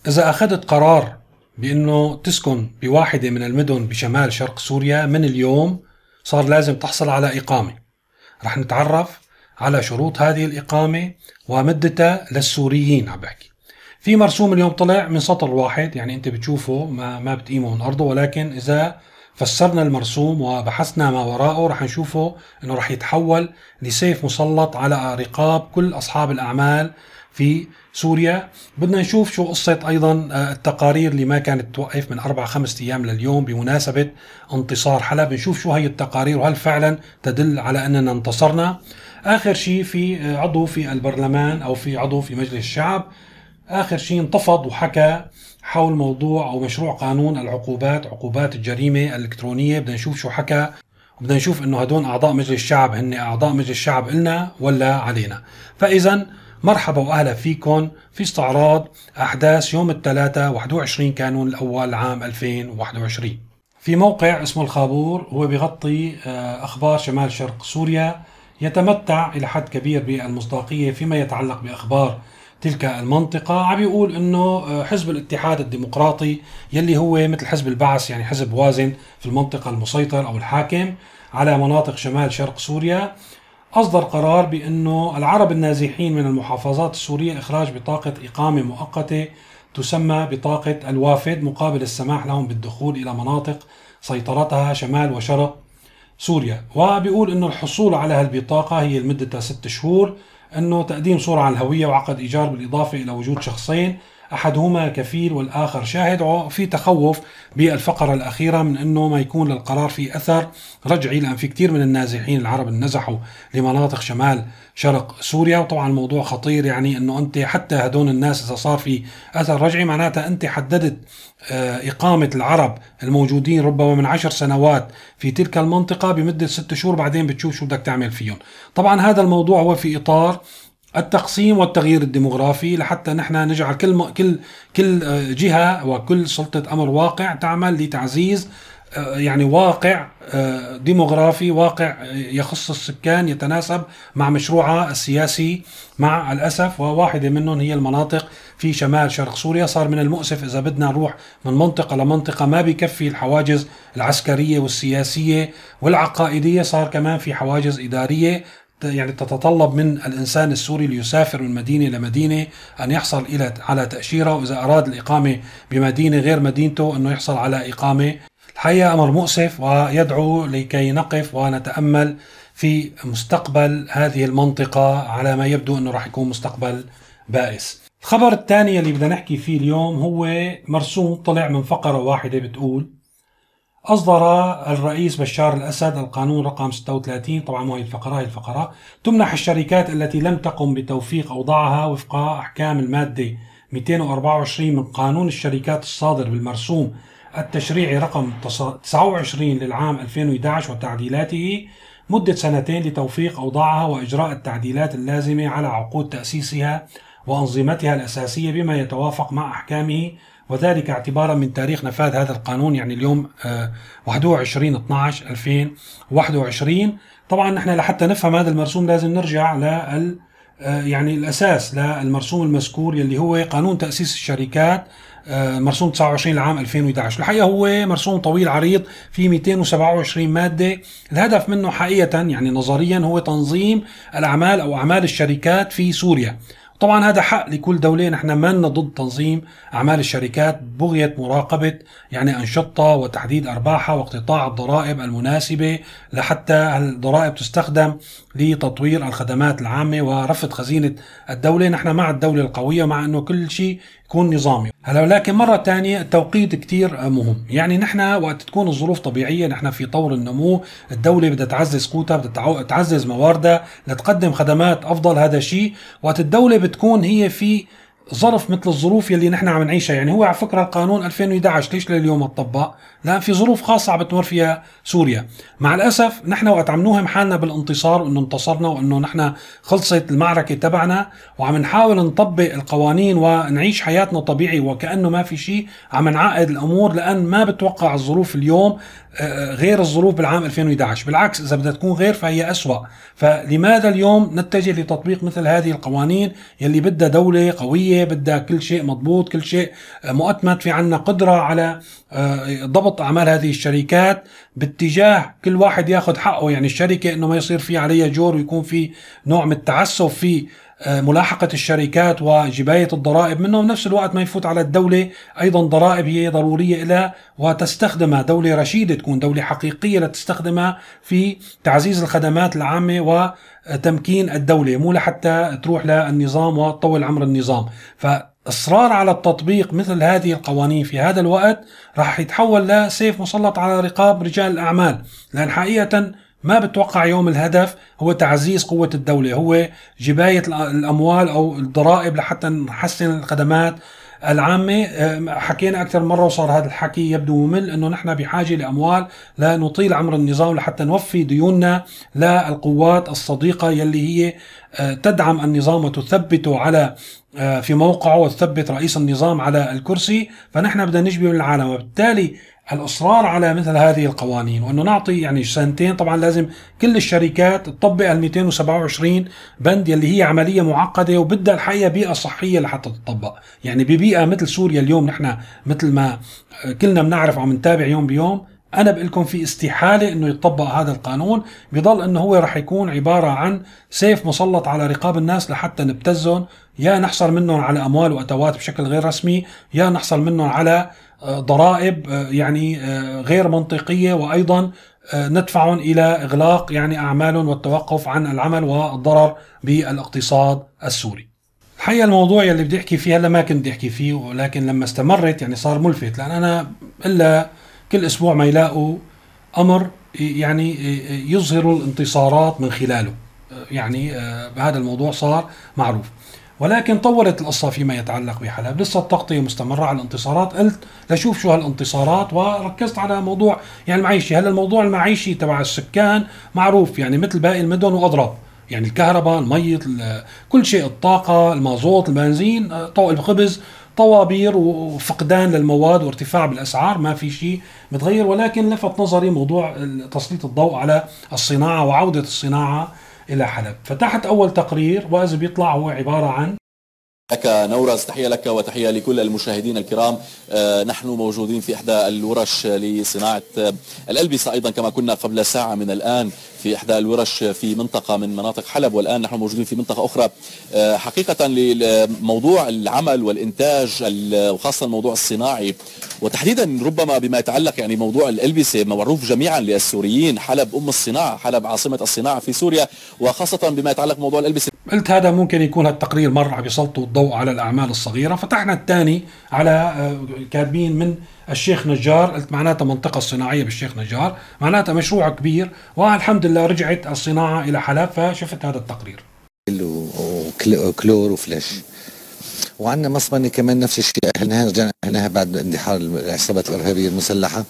إذا أخذت قرار بأنه تسكن بواحدة من المدن بشمال شرق سوريا من اليوم صار لازم تحصل على إقامة. رح نتعرف على شروط هذه الإقامة ومدتها للسوريين. عم بحكي في مرسوم اليوم طلع من سطر واحد، يعني أنت بتشوفه ما بتقيمه من أرضه، ولكن إذا فسرنا المرسوم وبحثنا ما وراءه رح نشوفه أنه رح يتحول لسيف مسلط على رقاب كل أصحاب الأعمال في سوريا. بدنا نشوف شو قصة أيضا التقارير اللي ما كانت توقف من 4-5 أيام لليوم بمناسبة انتصار حلب. نشوف شو هي التقارير وهل فعلا تدل على أننا انتصرنا. آخر شيء في عضو في البرلمان أو في عضو في مجلس الشعب آخر شيء انتفض وحكى حول موضوع أو مشروع قانون العقوبات، عقوبات الجريمة الإلكترونية. بدنا نشوف شو حكى وبدنا نشوف أنه هدول أعضاء مجلس الشعب هن أعضاء مجلس الشعب إلنا ولا علينا. فإذا مرحبا وأهلا فيكم في استعراض أحداث يوم الثلاثاء 21 كانون الأول عام 2021 في موقع اسمه الخابور. هو بيغطي أخبار شمال شرق سوريا، يتمتع إلى حد كبير بالمصداقية فيما يتعلق بأخبار تلك المنطقة. عم يقول أنه حزب الاتحاد الديمقراطي يلي هو مثل حزب البعث، يعني حزب وازن في المنطقة المسيطر أو الحاكم على مناطق شمال شرق سوريا، أصدر قرار بأنه العرب النازحين من المحافظات السورية إخراج بطاقة إقامة مؤقتة تسمى بطاقة الوافد مقابل السماح لهم بالدخول إلى مناطق سيطرتها شمال وشرق سوريا. وبيقول أنه الحصول على هالبطاقة هي لمدة 6 شهور، أنه تقديم صورة عن الهوية وعقد إيجار، بالإضافة إلى وجود شخصين أحدهما كفيل والآخر شاهد. وفي تخوف بالفقرة الأخيرة من أنه ما يكون للقرار في أثر رجعي، لأن في كتير من النازحين العرب نزحوا لمناطق شمال شرق سوريا. وطبعا الموضوع خطير، يعني أنه أنت حتى هدول الناس إذا صار في أثر رجعي معناتها أنت حددت إقامة العرب الموجودين ربما من 10 سنوات في تلك المنطقة بمدة 6 شهور، بعدين بتشوف شو بدك تعمل فيهم. طبعا هذا الموضوع هو في إطار التقسيم والتغيير الديمغرافي، لحتى نحن نجعل كل جهة وكل سلطة أمر واقع تعمل لتعزيز يعني واقع ديمغرافي، واقع يخص السكان يتناسب مع مشروعها السياسي. مع الأسف وواحدة منهم هي المناطق في شمال شرق سوريا. صار من المؤسف إذا بدنا نروح من منطقة لمنطقة ما بيكفي الحواجز العسكرية والسياسية والعقائدية، صار كمان في حواجز إدارية، يعني تتطلب من الإنسان السوري ليسافر من مدينة لمدينة أن يحصل على تأشيرة، وإذا أراد الإقامة بمدينة غير مدينته أنه يحصل على إقامة. الحقيقة أمر مؤسف ويدعو لكي نقف ونتأمل في مستقبل هذه المنطقة، على ما يبدو أنه راح يكون مستقبل بائس. الخبر الثاني اللي بدنا نحكي فيه اليوم هو مرسوم طلع من فقرة واحدة بتقول: أصدر الرئيس بشار الأسد القانون رقم 36. طبعا هي الفقرة تمنح الشركات التي لم تقم بتوفيق أوضاعها وفق أحكام المادة 224 من قانون الشركات الصادر بالمرسوم التشريعي رقم 29 للعام 2011 وتعديلاته مدة 2 لتوفيق أوضاعها وإجراء التعديلات اللازمة على عقود تأسيسها وأنظمتها الأساسية بما يتوافق مع أحكامه، وذلك اعتبارا من تاريخ نفاذ هذا القانون، يعني اليوم 21/12/2021. طبعا نحن لحتى نفهم هذا المرسوم لازم نرجع يعني الأساس للمرسوم المذكور يلي هو قانون تأسيس الشركات مرسوم 29 لعام 2011. الحقيقة هو مرسوم طويل عريض في 227 مادة. الهدف منه حقيقة يعني نظريا هو تنظيم الأعمال أو أعمال الشركات في سوريا. طبعا هذا حق لكل دولة، نحن ما لنا ضد تنظيم أعمال الشركات بغية مراقبة يعني أنشطتها وتحديد أرباحها واقتطاع الضرائب المناسبة، لحتى الضرائب تستخدم لتطوير الخدمات العامة ورفض خزينة الدولة. نحن مع الدولة القوية، مع أنه كل شيء يكون نظامي. ولكن مرة تانية التوقيت كتير مهم. يعني نحن وقت تكون الظروف طبيعية، نحن في طور النمو، الدولة بدها تعزز قوتها، بدها تعزز مواردها لتقدم خدمات أفضل. هذا شيء. وقت الدولة بتكون هي في ظرف مثل الظروف يلي نحن عم نعيشها، يعني هو على فكرة القانون 2011 ليش لليوم اتطبق؟ لأن في ظروف خاصة عم بتمر فيها سوريا. مع الأسف نحن وقت عم نوهم حالنا بالانتصار وأنه انتصرنا وأنه نحن خلصت المعركة تبعنا وعم نحاول نطبق القوانين ونعيش حياتنا طبيعي وكأنه ما في شيء، عم نعقد الأمور، لأن ما بتوقع الظروف اليوم غير الظروف بالعام 2011. بالعكس إذا بدها تكون غير فهي أسوأ. فلماذا اليوم نتجه لتطبيق مثل هذه القوانين يلي بدها دولة قوية ديمقراطية، بدها كل شيء مضبوط، كل شيء مؤتمت، في عنا قدرة على ضبط أعمال هذه الشركات باتجاه كل واحد ياخذ حقه. يعني الشركة إنه ما يصير في عليها جور ويكون في نوع من التعسف في ملاحقة الشركات وجباية الضرائب منه، وبنفس الوقت ما يفوت على الدولة أيضا ضرائب هي ضرورية لها وتستخدمها دولة رشيدة، تكون دولة حقيقية لتستخدمها في تعزيز الخدمات العامة وتمكين الدولة، مو لحتى تروح للنظام وتطول عمر النظام. فإصرار على التطبيق مثل هذه القوانين في هذا الوقت راح يتحول لسيف مسلط على رقاب رجال الأعمال، لأن حقيقة ما بتوقع يوم الهدف هو تعزيز قوة الدولة، هو جباية الأموال أو الضرائب لحتى نحسن الخدمات العامة. حكينا أكثر مرة وصار هذا الحكي يبدو ممل، أنه نحن بحاجة لأموال لنطيل عمر النظام لحتى نوفي ديوننا للقوات الصديقة يلي هي تدعم النظام وتثبته على في موقعه وتثبت رئيس النظام على الكرسي. فنحن بدنا نجبر العالم، وبالتالي الإصرار على مثل هذه القوانين وأنه نعطي يعني سنتين. طبعا لازم كل الشركات تطبق ال 227 بند يلي هي عملية معقدة وبدها الحقيقة بيئة صحية لحتى تطبق. يعني ببيئة مثل سوريا اليوم نحن مثل ما كلنا بنعرف وعم نتابع يوم بيوم، أنا بقول لكم في استحالة أنه يطبق هذا القانون، بيضل أنه هو رح يكون عبارة عن سيف مسلط على رقاب الناس لحتى نبتزهم، يا نحصل منهم على أموال وأتوات بشكل غير رسمي، يا نحصل منهم على ضرائب يعني غير منطقية، وأيضا ندفعهم إلى إغلاق يعني أعمالهم والتوقف عن العمل والضرر بالاقتصاد السوري. الحقيقة الموضوع يلي بدي أحكي فيه هلا ما كنت بدي أحكي فيه، ولكن لما استمرت يعني صار ملفت، لأن أنا إلا كل أسبوع ما يلاقوا أمر يعني يظهروا الانتصارات من خلاله. يعني بهذا الموضوع صار معروف، ولكن طولت القصة فيما يتعلق بحلب. لسه التغطية مستمرة على الانتصارات، قلت لشوف شو هالانتصارات وركزت على موضوع يعني المعيشي. هلا الموضوع المعيشي تبع السكان معروف، يعني مثل باقي المدن وأضرب، يعني الكهرباء، المي، كل شيء، الطاقة، المازوت، البنزين، طوق الخبز، طوابير وفقدان للمواد وارتفاع بالأسعار، ما في شيء متغير. ولكن لفت نظري موضوع تسليط الضوء على الصناعة وعودة الصناعة إلى حلب. فتحت أول تقرير وإذا بيطلع هو عبارة عن لك نورز، تحية لك وتحية لكل المشاهدين الكرام. نحن موجودين في إحدى الورش لصناعة الألبسة، أيضا كما كنا قبل ساعة من الآن في إحدى الورش في منطقة من مناطق حلب، والآن نحن موجودين في منطقة أخرى. حقيقة لموضوع العمل والإنتاج وخاصة الموضوع الصناعي، وتحديدا ربما بما يتعلق يعني موضوع الألبسة، معروف جميعا للسوريين حلب أم الصناعة، حلب عاصمة الصناعة في سوريا، وخاصة بما يتعلق موضوع الألبسة. قلت هذا ممكن يكون هالتقرير مرة بيسلطوا الضوء على الأعمال الصغيرة. فتحنا الثاني على كاتبين من الشيخ نجار، قلت معناتها منطقة صناعية بالشيخ نجار، معناتها مشروع كبير، والحمد لله رجعت الصناعة إلى حلب. فشفت هذا التقرير. وكلور وفلاش، وعندنا مصبنة كمان نفس الشيء، رجعناها بعد اندحار العصابات الإرهابية المسلحة.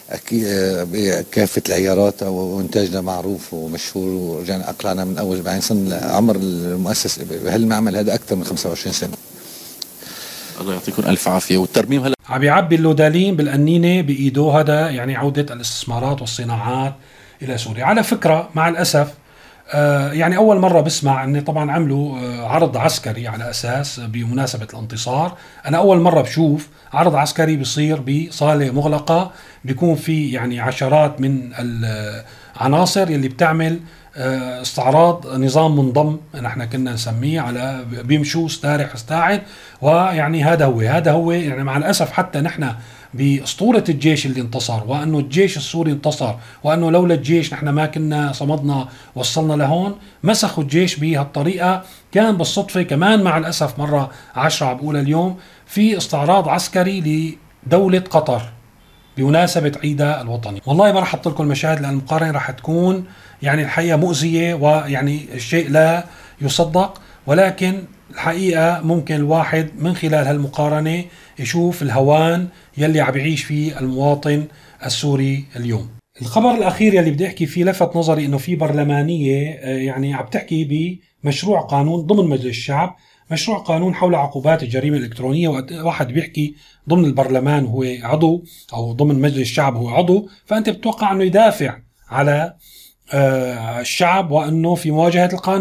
كافة العيارات وإنتاجنا معروف ومشهور، ورجعنا أقلعنا من أول، بعدين صرنا عمر المؤسس بهالمعمل هذا أكثر من 25 سنة. الله يعطيكم ألف عافية. والترميم هلا عم يعبي اللودالين بالقنينة بإيده، هذا يعني عودة الاستثمارات والصناعات إلى سوريا. على فكرة مع الأسف يعني أول مرة بسمع أن طبعا عملوا عرض عسكري على أساس بمناسبة الانتصار. أنا أول مرة بشوف عرض عسكري بيصير بصالة مغلقة، بيكون في يعني عشرات من العناصر يلي بتعمل استعراض نظام منضم نحن كنا نسميه، على بيمشوا ستارح استاعد. ويعني هذا هو يعني مع الأسف حتى نحن بأسطورة الجيش اللي انتصر، وأنه الجيش السوري انتصر، وأنه لولا الجيش نحن ما كنا صمدنا وصلنا لهون، مسخوا الجيش بهالطريقة. كان بالصدفة كمان مع الأسف مرة 10 بقولها اليوم في استعراض عسكري لدولة قطر بمناسبة عيدها الوطني. والله ما رح أحط لكم المشاهد لأن المقارنة رح تكون يعني الحقيقة مؤذية، ويعني الشيء لا يصدق، ولكن الحقيقة ممكن الواحد من خلال هالمقارنة يشوف الهوان يلي عم يعيش فيه المواطن السوري اليوم. الخبر الأخير يلي بدي أحكي فيه لفت نظري إنه في برلمانية يعني عم تحكي بمشروع قانون ضمن مجلس الشعب، مشروع قانون حول عقوبات الجريمة الإلكترونية. واحد بيحكي ضمن البرلمان هو عضو، أو ضمن مجلس الشعب هو عضو، فأنت بتوقع أنه يدافع على الشعب وأنه في مواجهة القانون.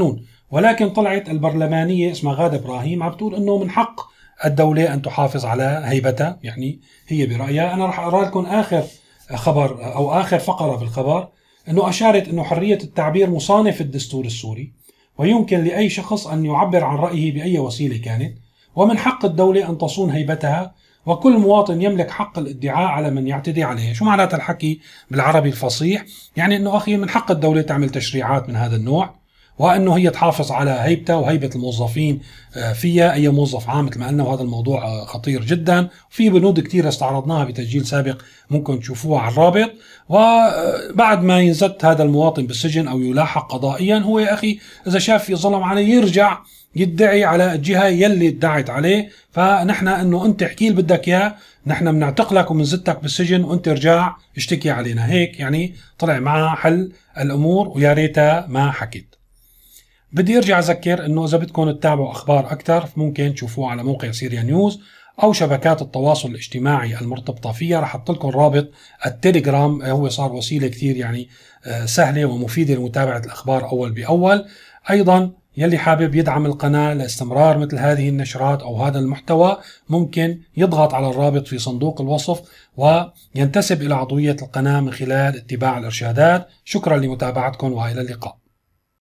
ولكن طلعت البرلمانية اسمها غادة إبراهيم عم بتقول أنه من حق الدولة أن تحافظ على هيبتها. يعني هي برأيها. أنا رح أقرأ لكم آخر خبر أو آخر فقرة بالخبر، أنه أشارت أنه حرية التعبير مصانة في الدستور السوري، ويمكن لأي شخص أن يعبر عن رأيه بأي وسيلة كانت، ومن حق الدولة أن تصون هيبتها، وكل مواطن يملك حق الادعاء على من يعتدي عليه. شو معنات الحكي بالعربي الفصيح؟ يعني أنه أخي من حق الدولة تعمل تشريعات من هذا النوع، وأنه هي تحافظ على هيبتها وهيبة الموظفين فيها، أي موظف عام مثل ما قلنا، وهذا الموضوع خطير جدا. في بنود كتير استعرضناها بتسجيل سابق ممكن تشوفوها على الرابط. وبعد ما ينزت هذا المواطن بالسجن أو يلاحق قضائيا، هو يا أخي إذا شاف في ظلم عليه يرجع يدعي على الجهة يلي ادعت عليه. فنحن أنه أنت احكي اللي بدك إياه، نحن بنعتقلك ومنزتك بالسجن وأنت ارجع اشتكي علينا. هيك يعني طلع معها حل الأمور، ويا ريتها ما حكيت. بدي ارجع اذكر انه اذا بدكم تتابعوا اخبار اكثر ممكن تشوفوها على موقع سيريا نيوز او شبكات التواصل الاجتماعي المرتبطه فيها. رح احط لكم رابط التليجرام، هو صار وسيله كثير يعني سهله ومفيده لمتابعه الاخبار اول باول. ايضا يلي حابب يدعم القناه لاستمرار مثل هذه النشرات او هذا المحتوى ممكن يضغط على الرابط في صندوق الوصف وينتسب الى عضويه القناه من خلال اتباع الارشادات. شكرا لمتابعتكم والى اللقاء.